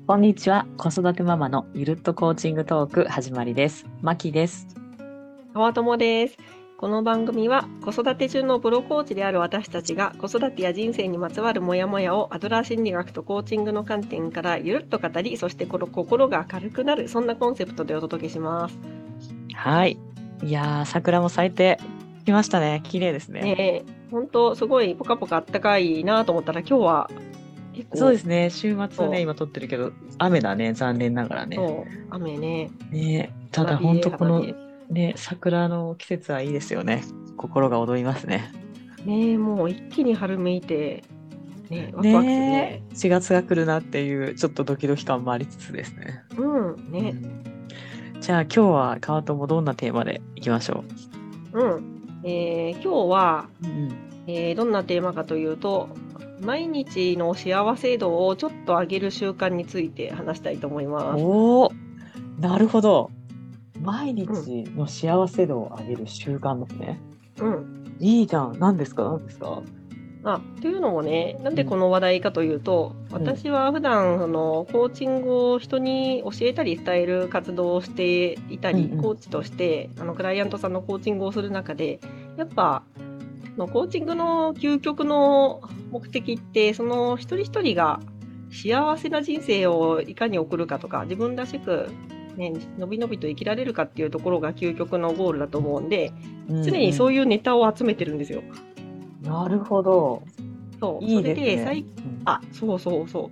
こんにちは。子育てママのゆるっとコーチングトーク始まりです。まきです。 川友です。この番組は子育て中のプロコーチである私たちが子育てや人生にまつわるモヤモヤをアドラー心理学とコーチングの観点からゆるっと語り、そして心が軽くなる、そんなコンセプトでお届けします。 はい。いやー、桜も咲いてきましたね。綺麗ですね。 ねえ、本当すごいポカポカあったかいなと思ったら今日は結構、 そうですね。週末ね、 そう、 今撮ってるけど、雨だね。残念ながらね。 雨ね、 ね、ただ花冷え、 ほんとこの花冷え。 ね、桜の季節はいいですよね。心が躍りますね。 ねえ、もう一気に春めいて、ね、ワクワクするねね。 え、4月が来るなっていう、ちょっとドキドキ感もありつつですね。 ね。 うん、じゃあ今日は川ともどんなテーマでいきましょ今日は、 う。うんどんなテーマかというと、毎日の幸せ度をちょっと上げる習慣について話したいと思います。 おお、なるほど。毎うん、 日の幸せ度を上げる習慣ですね。 うん。 いいじゃん。何ですか何ですか？ というのもね、なんでこうん、 の話題かというと、 うん、 私は普段コーチングを人に教えたり伝える活動をしていたうん、 り、 うん。 コーチとしてクライアントさんのコーチングをする中で、やっぱコーチングの究極の目的って、その一人一人が幸せな人生をいかに送るかとか、自分らしく、ね、のびのびと生きられるかっていうところが究極のゴールだと思うんで、 うん、 常にそうういうネタを集めてるんですよ。 ん。なるほど。 そう、 いいそれでですね。うん、 そうそうそう。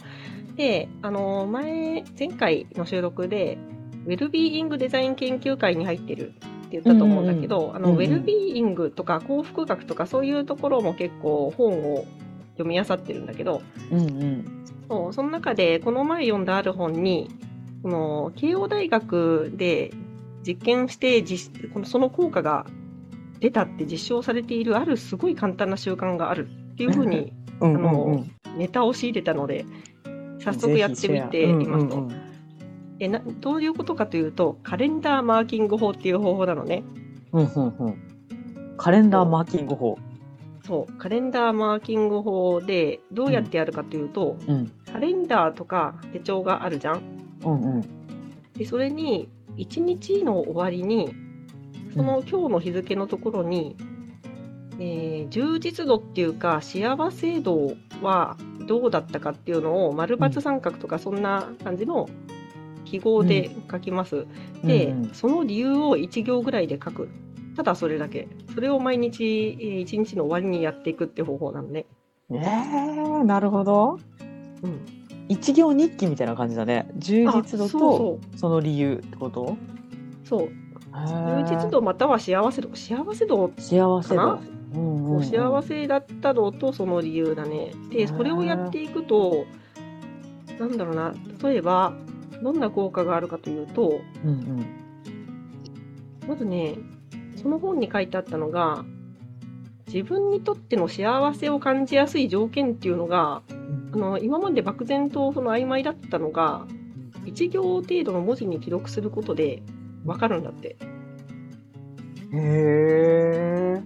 で、前回の収録で、ウェルビーイングデザイン研究会に入ってるって言っうん、 たと思うんうん、 だけど、 うん、 ウェルビうん。 ーイングとか幸福学とかそういうところも結構本を読み漁ってるんだけど、 うん、うん。 その中でこの前読んだある本に、慶応大学で実験してその効果が出たって実証されているあるすごい簡単な習慣があるっていうふうに、 うん、うん、うあの、 ん。 ネタを仕入れたので、早速ぜやってみひシェア。うん、うん、うていますと。 ん。 どういうことかというと、カレンダーマーキング法っていう方法なのね。 うん、うん、うん。カレンダーそマーキング法。 カレンダーマーキング法でどううん、 やってやるかというと、 うん、 カレンダーとか手帳があるじゃん。 うん、うん。 で、それに、1日の終わりに、 うん、 今日の日付のところに、充実度っていうか幸せ度はどうだったかっていうのを丸うん、 ×三角とかそんな感じの記号うん、 で書きます。 うん、 で、 うん。 その理由を1行ぐらいで書く。ただそれだけ。それを毎日、1日の終わりにやっていくって方法なのね。 なるほど。 うん。 一行日記みたいな感じだね。充実度とそうそその理由ってこと？ う。そう。 へ充実え。 度または幸せ度。幸せ度かな。 幸せ度。うんうそう、幸んうん。 せだったのとその理由だね。 へで、これをやっえ。 ていくと、なんだろうな、例えば、どんな効果があるかというと、 うんまずね、その本に書いてあったのが、自分にとっての幸せを感じやすい条件っていうのが、 うん今まで漠然とその曖昧だったのが、1行程度の文字に記録することでわかるんだって。 うん。へえ。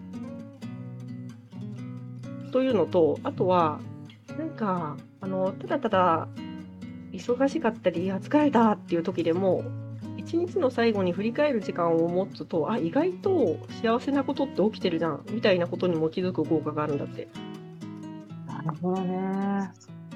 というのと、あとは、なんか、ただただ忙しかったり、疲れたっていう時でも、一日の最後に振り返る時間を持つと、意外と幸せなことって起きてるじゃん、みたいなことにも気づく効果があるんだって。 なるほどね。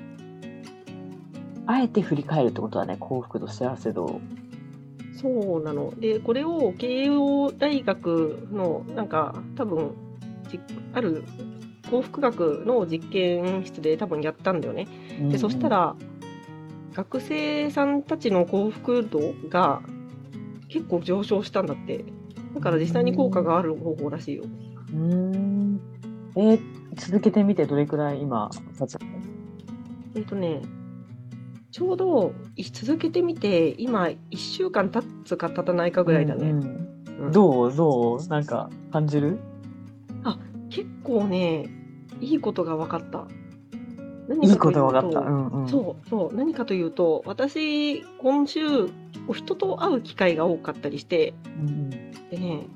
あえて振り返るってことだね。幸福度、幸せ度。 そうなの。で、これを慶応大学の、多分、ある幸福学の実験室で多分やったんだよね。 うんで、そしたうん。 ら、学生さんたちの幸福度が結構上昇したんだって。だうから実際に効果ん。 がある方法らしいよ。 うん。続けてみてどれくらい今経つの？ えっとね、ちょうど続けてみて、今1週間経つか経たないかぐうんらいだね。 うん。 うん。 どうなんか感じる？ あ、結構ね、いいことが分かった。何いいこかといとが分かった。ううと、 んうん。 そうそう、何かというと、私、今週、人と会う機会が多かったりして、 うんでね、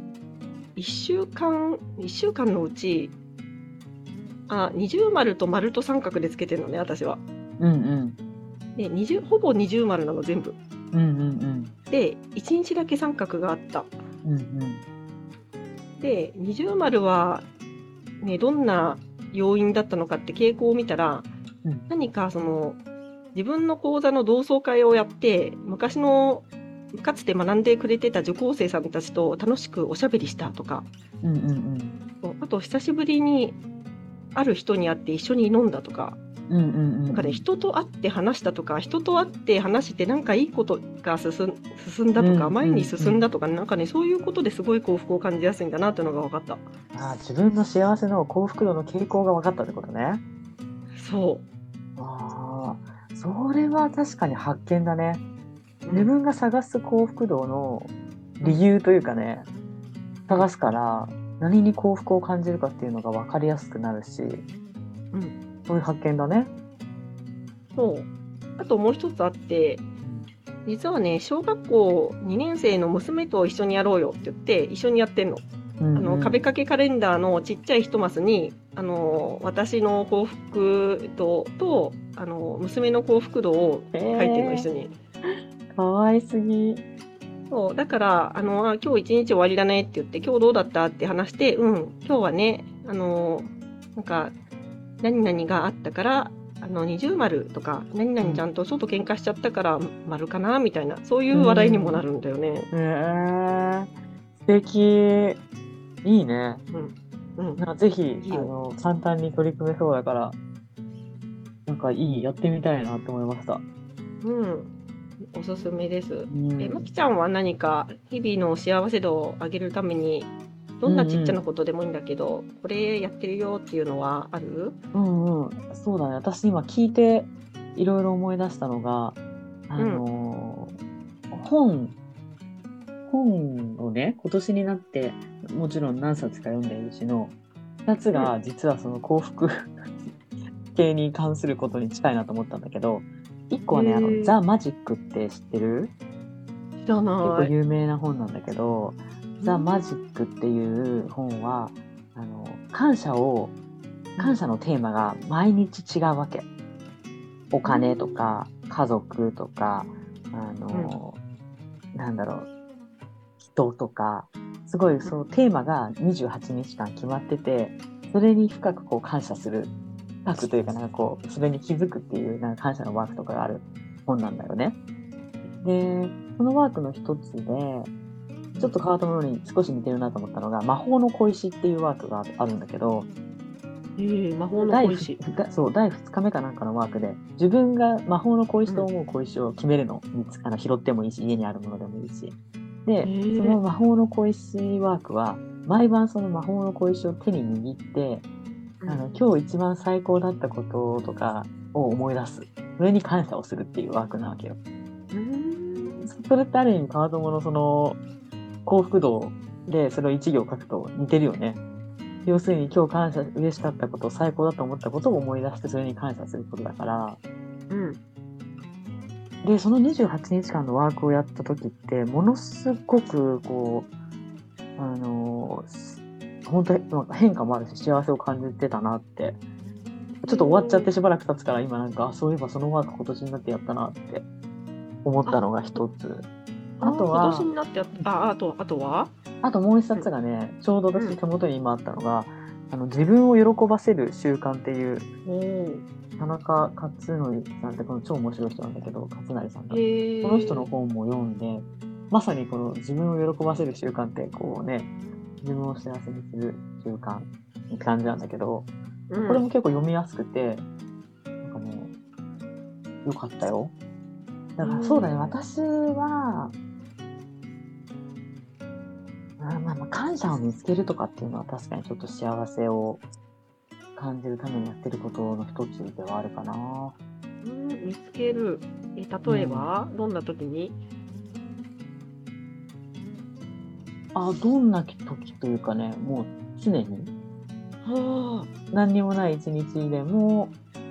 一週間のうち、二重丸と丸と三角でつけてるのね、私は。 うんうんでほぼ二重丸なの全部。 うんうんで1日だけ三角があった。 うんうんで二重丸は、ね、どんな要因だったのかって傾向を見たら、 うん何かその自分の講座の同窓会をやって昔のかつて学んでくれてた受講生さんたちと楽しくおしゃべりしたとか、 うんうんあと久しぶりにある人に会って一緒に飲んだとか、 うんうんうんなんかね、人と会って話したとか、人と会って話してなんかいいことが進んだとか、前に進んだとか、なんかね、そういうことですごい幸福を感じやすいんだなっていうのが分かった。 自分の幸せの幸福度の傾向が分かったってことね。 そそれは確かに発見だね。 う。 自分が探す幸福度の理由というかね、探すから何に幸福を感じるかっていうのが分かりやすくなるし、そういう発見だね。 そう。あともう一つあって、実はね、小学校2年生の娘と一緒にやろうよって言って一緒にやってんの。壁掛けカレンダーのちっちゃい一マスに私の幸福度と娘の幸福度を書いてるの、一緒に。 かわいすぎ。 そうだから今日一日終わりだねって言って、今日どうだったって話して、今日はねなんか何々があったから二重丸とか、何々ちゃんとちょっと喧嘩しちゃったから丸かなみたいな、そういう話題にもなるんだよね。 素敵。いいね。ぜひいい簡単に取り組めそうだから、なんかやってみたいなと思いました。 おすすめです。まきちゃんは何か日々の幸せ度を上げるために、どんなちっちゃなことでもいいんだけど、これやってるよっていうのはある？ そうだね。私今聞いていろいろ思い出したのが、本をね、今年になってもちろん何冊か読んでいるうちの2つが実はその幸福系に関することに近いなと思ったんだけど、1個はね、ザ・マジックって知ってる？ 知らない。 結構有名な本なんだけど、ザ・マジックっていう本は感謝のテーマが毎日違うわけ。お金とか家族とかなんだろう、人とか、すごいそのテーマが28日間決まってて、それに深くこう感謝する、深くというかなんかこうそれに気づくっていうなんか感謝のワークとかがある本なんだよね。で、そのワークの一つでちょっと変わったものに少し似てるなと思ったのが、魔法の小石っていうワークがあるんだけど、 魔法の小石。 そう、第2日目かなんかのワークで、自分が魔法の小石と思う小石を決めるの。拾ってもいいし、家にあるものでもいいし。で、その魔法の小石ワークは、毎晩その魔法の小石を手に握って、今日一番最高だったこととかを思い出す。それに感謝をするっていうワークなわけよ。それってある意味、川友のその幸福度でそれを1行書くと似てるよね。要するに今日嬉しかったこと、最高だと思ったことを思い出してそれに感謝することだから。で、その28日間のワークをやった時って、ものすごくこう、本当に変化もあるし、幸せを感じてたなって。ちょっと終わっちゃってしばらく経つから、今なんか、そういえばそのワーク今年になってやったなって思ったのが一つ。あとは、 今年になってあとはあともう一冊がね、ちょうど私手元に今あったのが、自分を喜ばせる習慣っていう、田中勝則さんってこの超面白い人なんだけど、勝成さんが。この人の本も読んで、まさにこの自分を喜ばせる習慣ってこうね、自分を幸せにする習慣って感じなんだけど、これも結構読みやすくて、なんかね、よかったよ。だからそうだね、私は、感謝を見つけるとかっていうのは確かにちょっと幸せを感じるためにやってることの一つではあるかな。 見つける。例えば、どんな時に？ どんな時というかね、もう常に。何にもない一日でも、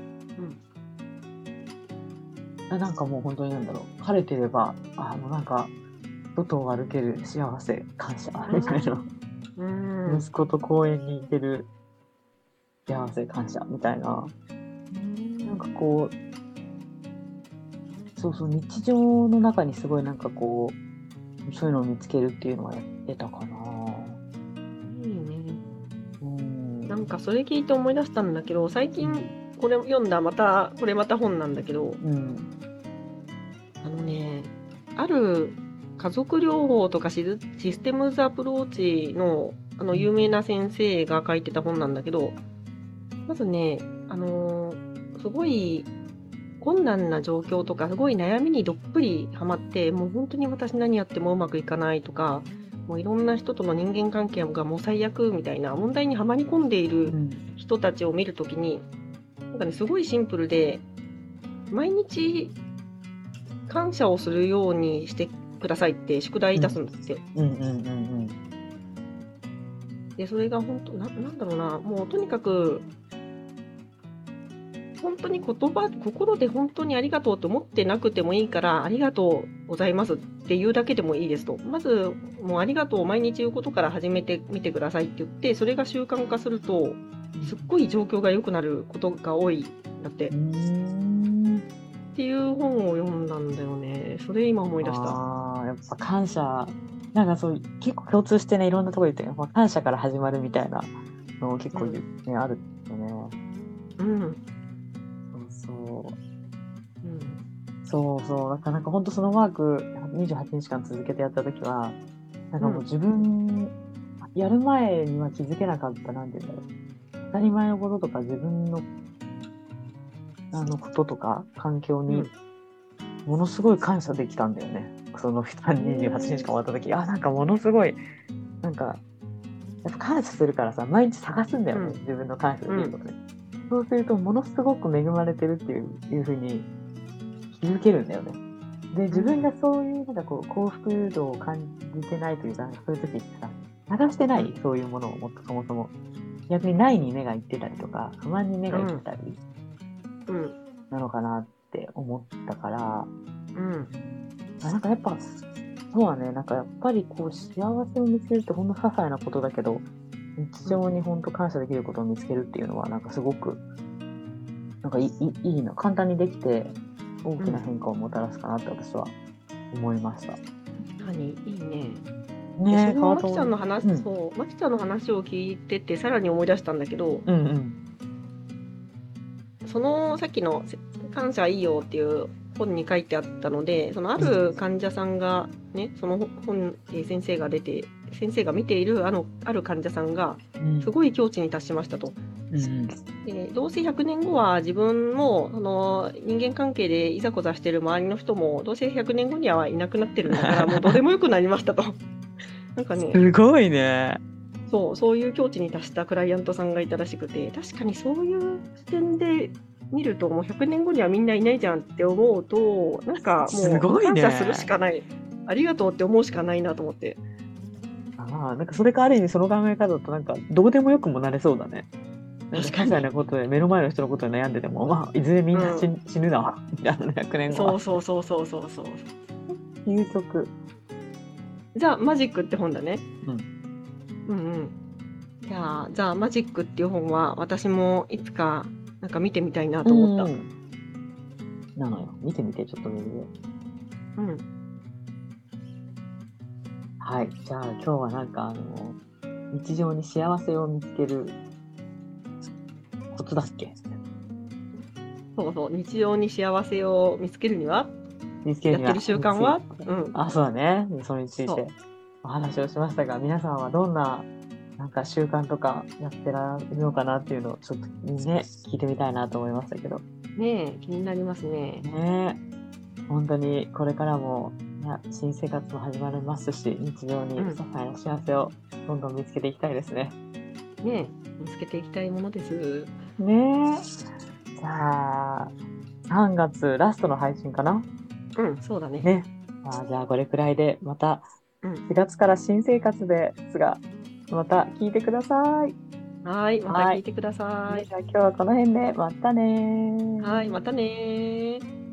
なんかもう本当に晴れてれば、なんか、外を歩ける幸せ、感謝、みたいな。息子と公園に行ける幸せ、感謝、みたいな。なんかこう、 そうそう、日常の中にすごいなんかこう、そういうのを見つけるっていうのはやってたかな。 いいね。 うん。 なんかそれ聞いて思い出したんだけど、最近これ読んだこれまた本なんだけど、 うん。 ある家族療法とかシステムズアプローチの有名な先生が書いてた本なんだけど、まずね、すごい困難な状況とか、すごい悩みにどっぷりハマって、もう本当に私何やってもうまくいかないとか、もういろんな人との人間関係がもう最悪みたいな問題にはまり込んでいる人たちを見るときに、なんかね、すごいシンプルで、毎日感謝をするようにしてくださいって宿題出すんですよ。 うんうんうんうんで、それが本当、なんだろうな、もうとにかく、本当に心で本当にありがとうと思ってなくてもいいから、ありがとうございますっていうだけでもいいですと。まず、もうありがとうを毎日言うことから始めてみてくださいって言って、それが習慣化すると、すっごい状況が良くなることが多いんだって。っていう本を読んだんだよね。それ今思い出した。 やっぱ感謝、なんかそう結構共通してね、いろんなところで言って、感謝から始まるみたいなの結構ね、あるよね。 うん。 そうそう。だからなんか本当そのワーク28日間続けてやった時は、なんかもう自分、やる前には気づけなかった、なんて言うんだろう。当たり前のこととか自分のこととか環境にものすごい感謝できたんだよね。その28日間終わった時、なんかものすごい、なんか、やっぱ感謝するからさ、毎日探すんだよね、自分の感謝できることね。そうすると、ものすごく恵まれてるっていうふうに気づけるんだよね。で、自分がそういうなんかこう幸福度を感じてないというか、そういう時ってさ、探してない、そういうものをもっとそもそも。逆にないに目がいってたりとか、不満に目がいってたり、なのかなって思ったから、なんかやっぱ、そうだね、なんかやっぱりこう幸せを見つけるってほんの些細なことだけど、日常に本当感謝できることを見つけるっていうのは、なんかすごく、なんかいいな、簡単にできて、大きな変化をもたらすかなって私は思いました。 確かにいいね。 ねえ、 まきちゃんの話、まきちゃんの話を聞いててさらに思い出したんだけど、そのさっきの感謝いいよっていう本に書いてあったので、そのある患者さんがね、その本先生が見ているある患者さんがすごい境地に達しましたと。でどうせ100年後は自分も人間関係でいざこざしてる周りの人もどうせ100年後にはいなくなってるんだからもうどうでもよくなりましたと。なんかね、 すごいね。 そういう境地に達したクライアントさんがいたらしくて、確かにそういう視点で見るともう100年後にはみんないないじゃんって思うと、なんかもう感謝するしかない、ありがとうって思うしかないなと思って。 なんかそれかある意味その考え方だとなんかどうでもよくもなれそうだね。些細なことで目の前の人のことで悩んでても、いずれみんな死ぬなみたいな100年後は。 そう。 究極。 じゃあマジックって本だね。じゃあマジックっていう本は私もいつかなんか見てみたいなと思った。 なのよ。見てみて、ちょっと見るよ。はい。じゃあ今日はなんか日常に幸せを見つけるコツだっけ？ そう、日常に幸せを見つけるにはやってる習慣は、 そうだね。それについてお話をしましたが、皆さんはどんななんか習慣とかやってられるのかなっていうのをちょっとね、聞いてみたいなと思いましたけど。 ねえ、気になりますね。 ねえ、本当にこれからも新生活も始まりますし、日常に些細な幸せをどんどん見つけていきたいですね。 ねえ、見つけていきたいものです。 ねえ。じゃあ3月ラストの配信かな？ そうだね。 じゃあこれくらいでまた4月から新生活ですが、また聞いてください。 はい、また聞いてください。 じゃあ今日はこの辺でまたね。 はい、またね。